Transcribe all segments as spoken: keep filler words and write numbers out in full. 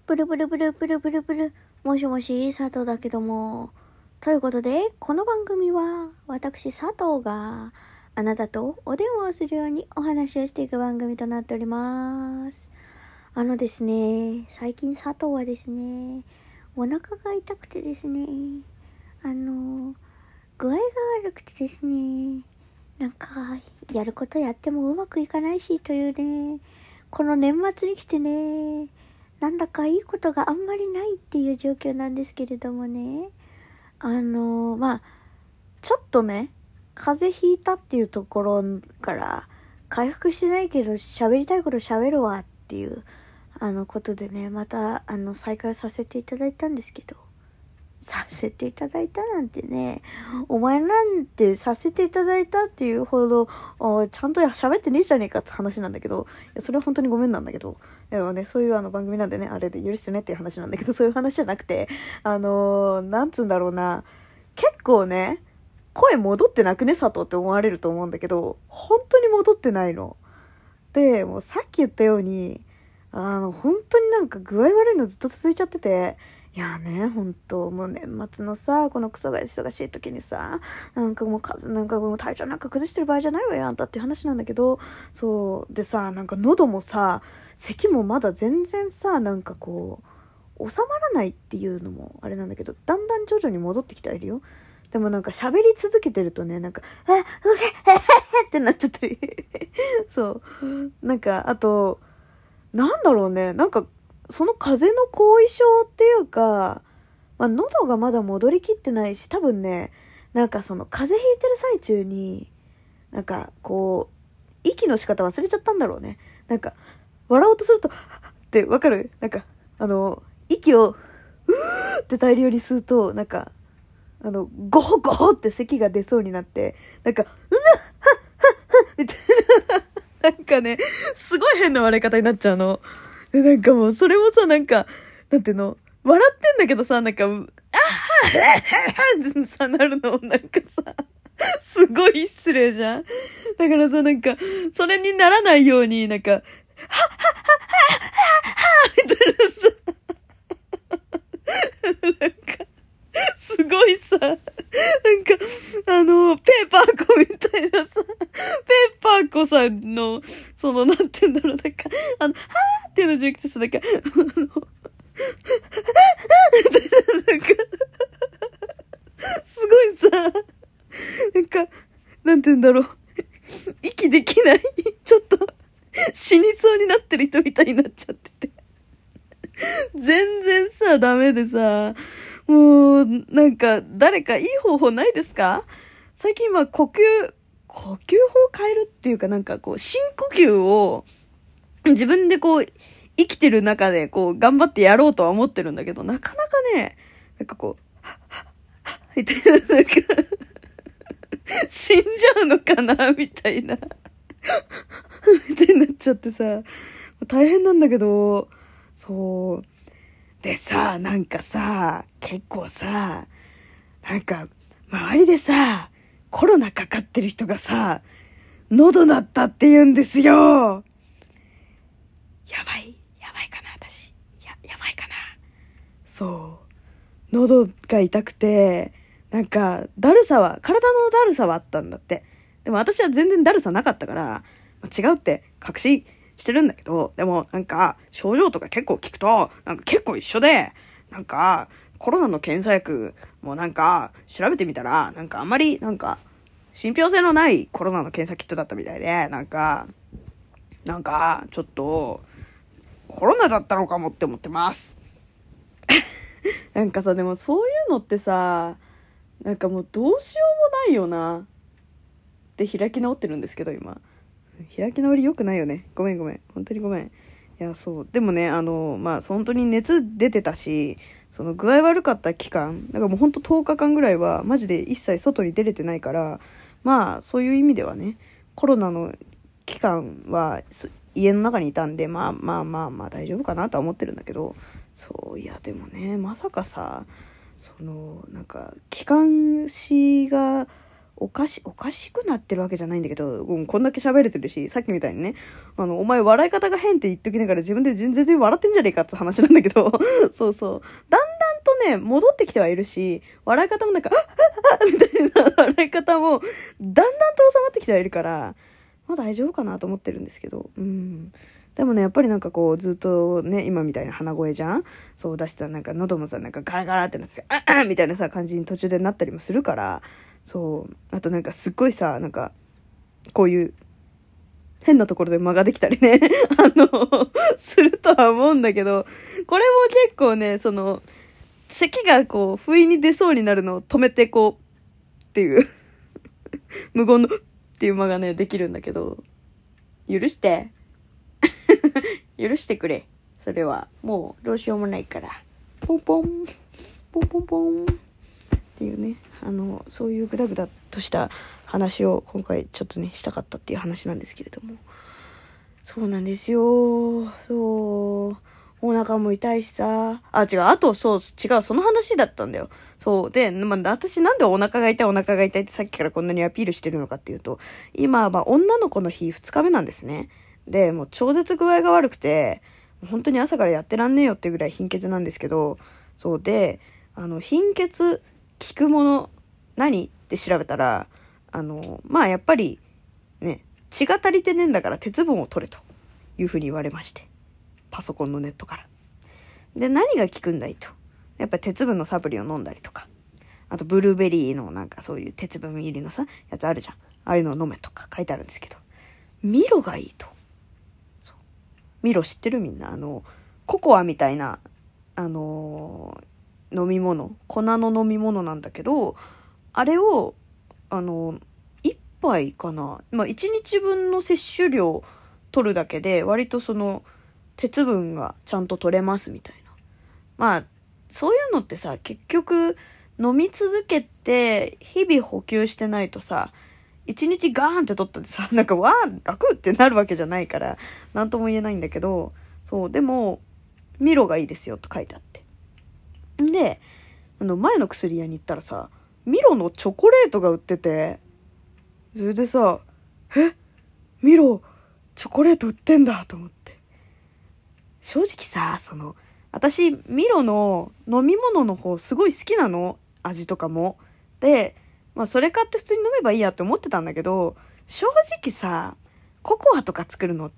ブルブルブルブルブルブル。もしもし、佐藤だけども。ということで、この番組は、私佐藤が、あなたとお電話をするようにお話をしていく番組となっております。あのですね、最近佐藤はですね、お腹が痛くてですね、あの、具合が悪くてですね、なんか、やることやってもうまくいかないし、というね、この年末に来てね、なんだかいいことがあんまりないっていう状況なんですけれどもね。あのー、まあ、ちょっとね、風邪ひいたっていうところから回復してないけど喋りたいこと喋るわっていうあのことでね、またあの再会させていただいたんですけど、させていただいたなんてね、お前なんてさせていただいたっていうほどちゃんと喋ってねえじゃねえかって話なんだけど、いやそれは本当にごめんなんだけど、でもね、そういうあの番組なんでね、あれで許してねっていう話なんだけど、そういう話じゃなくて、あのー、なんつうんだろうな、結構ね、声戻ってなくね佐藤って思われると思うんだけど、本当に戻ってないので、もうさっき言ったように、あの本当になんか具合悪いのずっと続いちゃってて、いやね、ほんと、もう年末のさ、このクソが忙しい時にさ、なんかもう数、なんかもう体調なんか崩してる場合じゃないわよ、あんたっていう話なんだけど、そう、でさ、なんか喉もさ、咳もまだ全然さ、なんかこう、収まらないっていうのもあれなんだけど、だんだん徐々に戻ってきてはいるよ。でもなんか喋り続けてるとね、なんか、え、うへ、へへへってなっちゃったり。そう。なんか、あと、なんだろうね、なんか、その風邪の後遺症っていうか、まあ、喉がまだ戻りきってないし、多分ね、なんかその風邪ひいてる最中に、なんかこう、息の仕方忘れちゃったんだろうね。なんか、笑おうとすると、ってわかる？なんか、あの、息を、うーって大量に吸うと、なんか、あの、ゴホゴホって咳が出そうになって、なんか、うわっはっはっはっみたいな、なんかね、すごい変な笑い方になっちゃうの。で、なんかもう、それもさ、なんか、なんていうの、笑ってんだけどさ、なんか、あはっはっはっさ、なるの、なんかさ、すごい失礼じゃん。だからさ、なんか、それにならないように、なんか、はっはっはっはっはっはみたいなさ、なんか、すごいさ、なんか、あの、ペーパーコみたいなさ、ペーパーコさんの、その、なんて言うんだろう、なんか、あの、はーっていうのじゃなくてさ、なんか、あの、みたいな、なんか、すごいさ、なんか、なんて言うんだろう、息できない、ちょっと、死にそうになってる人みたいになっちゃってて。全然さ、ダメでさ、もう、なんか、誰かいい方法ないですか？最近は呼吸、呼吸法を変えるっていうかなんかこう、深呼吸を自分でこう、生きてる中でこう、頑張ってやろうとは思ってるんだけど、なかなかね、なんかこう、はっはっはっみたいな、なんか、死んじゃうのかなみたいな、みたいになっちゃってさ、大変なんだけど、そう。でさ、なんかさ、結構さ、なんか、周りでさ、コロナかかってる人がさ、喉鳴ったって言うんですよ。やばい、やばいかな、私。や、やばいかな。そう。喉が痛くて、なんか、だるさは、体のだるさはあったんだって。でも私は全然だるさなかったから、違うって確信してるんだけど、でもなんか、症状とか結構聞くと、なんか結構一緒で、なんか、コロナの検査薬もなんか、調べてみたら、なんかあんまり、なんか、信憑性のないコロナの検査キットだったみたいで、なんか、なんか、ちょっと、コロナだったのかもって思ってます。なんかさ、でもそういうのってさ、なんかもうどうしようもないよな。って開き直ってるんですけど、今。開き直り良くないよね。ごめんごめん。本当にごめん。いや、そう。でもね、あの、まあ、本当に熱出てたし、その具合悪かった期間、だからもう本当とおかかんぐらいは、マジで一切外に出れてないから、まあ、そういう意味ではね、コロナの期間は家の中にいたんで、まあまあまあまあ大丈夫かなとは思ってるんだけど、そう、いや、でもね、まさかさ、その、なんか、気管支がおかし、おかしくなってるわけじゃないんだけど、うん、こんだけ喋れてるし、さっきみたいにね、あの、お前笑い方が変って言っときながら自分で全然笑ってんじゃねえかって話なんだけど、そうそう。だんだんとね、戻ってきてはいるし、笑い方もなんか、あっあっあっみたいな笑い方も、だんだんと収まってきてはいるから、まあ大丈夫かなと思ってるんですけど、うん。でもね、やっぱりなんかこう、ずっとね、今みたいな鼻声じゃんそう出したらなんか喉もさ、なんかガラガラってなって、あっあっみたいなさ、感じに途中でなったりもするから、そう。あとなんかすっごいさ、なんか、こういう、変なところで間ができたりね、あの、するとは思うんだけど、これも結構ね、その、咳がこう、不意に出そうになるのを止めてこう、っていう、無言の、っていう間がね、できるんだけど、許して。許してくれ。それは。もう、どうしようもないから。ポンポン、ポンポンポン。っていうね、あの、そういうグダグダとした話を今回ちょっとね、したかったっていう話なんですけれども。そうなんですよ。そう。お腹も痛いしさ。あ、違う。あと、そう、違う。その話だったんだよ。そう。で、まあ、私なんでお腹が痛いお腹が痛いってさっきからこんなにアピールしてるのかっていうと、今は女の子の日ふつかめなんですね。で、もう超絶具合が悪くて、本当に朝からやってらんねえよっていうぐらい貧血なんですけど、そうで、あの、貧血効くもの何って調べたら、あの、まあやっぱりね、血が足りてねえんだから鉄分を取れというふうに言われまして。パソコンのネットから。で、何が効くんだいと。やっぱり鉄分のサプリを飲んだりとか。あとブルーベリーのなんかそういう鉄分入りのさ、やつあるじゃん。ああいうのを飲めとか書いてあるんですけど。ミロがいいと。そうミロ知ってるみんな。あの、ココアみたいな、あのー、飲み物。粉の飲み物なんだけど、あれを、あの、一杯かな。まあ、一日分の摂取量取るだけで、割とその、鉄分がちゃんと取れますみたいな。まあ、そういうのってさ、結局、飲み続けて、日々補給してないとさ、一日ガーンって取ったってさ、なんか、わー、楽ってなるわけじゃないから、なんとも言えないんだけど、そう、でも、ミロがいいですよと書いてあって。んで、あの、前の薬屋に行ったらさ、ミロのチョコレートが売ってて、それでさ、えミロ、チョコレート売ってんだと思って。正直さ、その、私、ミロの飲み物の方すごい好きなの。味とかも。で、まあそれ買って普通に飲めばいいやって思ってたんだけど、正直さ、ココアとか作るのって、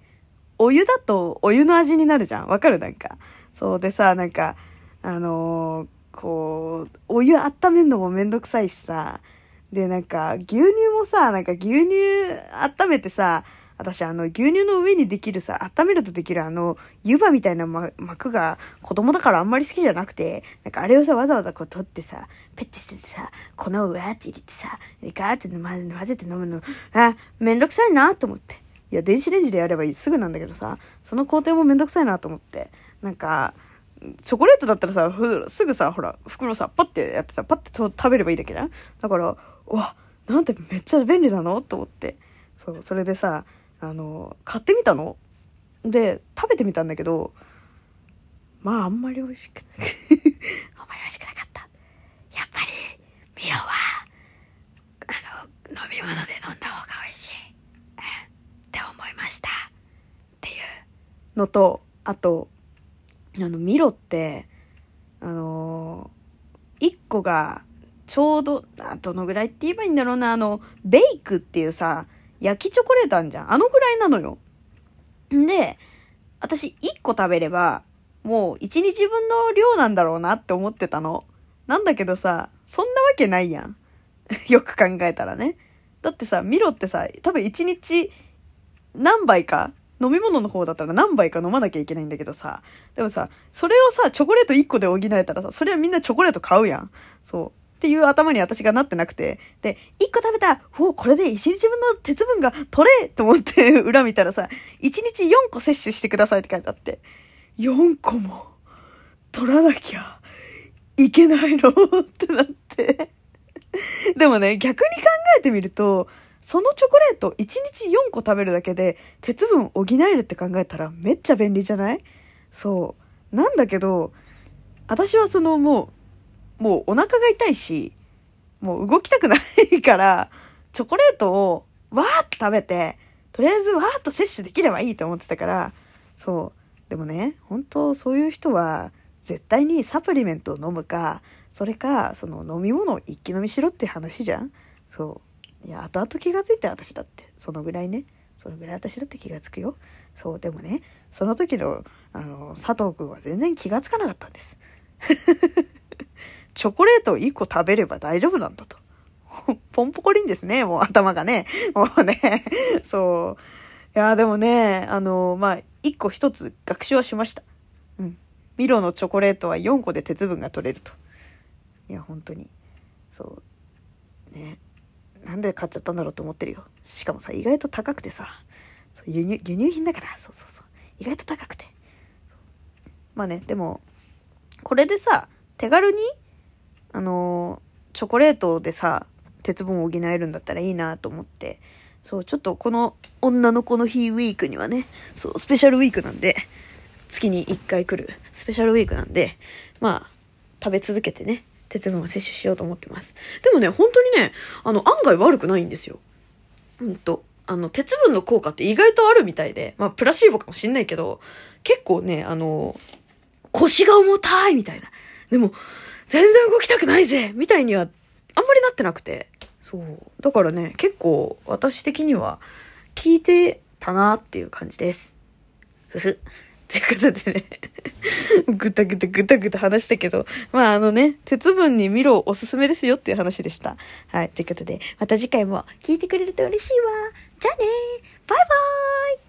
お湯だとお湯の味になるじゃん。わかるなんか。そうでさ、なんか、あのー、こう、お湯温めるのもめんどくさいしさ、で、なんか、牛乳もさ、なんか牛乳温めてさ、私あの牛乳の上にできるさ、温めるとできるあの湯葉みたいな、ま、膜が子供だからあんまり好きじゃなくて、なんかあれをさ、わざわざこう取ってさ、ペッてしててさ、粉をわーって入れてさ、ガーって混ぜて飲むの、あ、めんどくさいなと思って。いや、電子レンジでやればいい、すぐなんだけどさ、その工程もめんどくさいなと思って。なんか、チョコレートだったらさ、すぐさ、ほら、袋さ、パッてやってさ、パッて食べればいいだけじゃん。だから、うわ、なんてめっちゃ便利なのと思って。そう、それでさ、あの、買ってみたので、食べてみたんだけど、まあ、あんまり美味しく、あんまり美味しくなかった。やっぱり、ミロは、あの、飲み物で飲んだ方が美味しい。って思いました。っていうのと、あと、あの、ミロって、あのー、いっこが、ちょうど、あ、どのぐらいって言えばいいんだろうな、あの、ベイクっていうさ、焼きチョコレートあんじゃん。あのぐらいなのよ。んで、私いっこ食べれば、もういちにちぶんの量なんだろうなって思ってたの。なんだけどさ、そんなわけないやん。よく考えたらね。だってさ、ミロってさ、多分いちにち何杯か、飲み物の方だったら何杯か飲まなきゃいけないんだけどさ、でもさ、それをさ、チョコレートいっこで補えたらさ、それはみんなチョコレート買うやん。そう。っていう頭に私がなってなくて、で、いっこ食べた、お、これでいちにちぶんの鉄分が取れと思って裏見たらさ、いちにちよんこ摂取してくださいって書いてあって、よんこも取らなきゃいけないのってなって。でもね、逆に考えてみると、そのチョコレートいちにちよんこ食べるだけで鉄分補えるって考えたらめっちゃ便利じゃない？そう。なんだけど、私はそのもう、もうお腹が痛いし、 もう動きたくないから、チョコレートをわーっと食べて、とりあえずわーっと摂取できればいいと思ってたから、そう。でもね、本当そういう人は、絶対にサプリメントを飲むか、それか、その飲み物を一気飲みしろって話じゃん。そう。いや、後々気がついて私だって。そのぐらいね。そのぐらい私だって気がつくよ。そう。でもね、その時の、あの、佐藤くんは全然気がつかなかったんです。チョコレートをいっこ食べれば大丈夫なんだと。ポンポコリンですね、もう頭がね。もうね。そう。いや、でもね、あの、まあ、いっこひとつ学習はしました。うん。ミロのチョコレートはよんこで鉄分が取れると。いや、本当に。そう。ね。なんで買っちゃったんだろうと思ってるよ。しかもさ、意外と高くてさ。そう輸入、輸入品だから、そうそうそう。意外と高くて。まあね、でも、これでさ、手軽に、あのー、チョコレートでさ、鉄分を補えるんだったらいいなと思って、そう、ちょっとこの女の子の日ウィークにはね、そう、スペシャルウィークなんで、月にいっかい来るスペシャルウィークなんで、まあ、食べ続けてね、鉄分を摂取しようと思ってます。でもね、本当にね、あの、案外悪くないんですよ。ほんと。あの、鉄分の効果って意外とあるみたいで、まあ、プラシーボかもしんないけど、結構ね、あの、腰が重たいみたいな。でも、全然動きたくないぜみたいには、あんまりなってなくて。そう。だからね、結構、私的には、効いてたなっていう感じです。ふふ。ということでね、ぐたぐたぐたぐた話したけど、まああのね、鉄分にミロおすすめですよっていう話でした。はい。ということで、また次回も聞いてくれると嬉しいわ。じゃあねー。バイバーイ。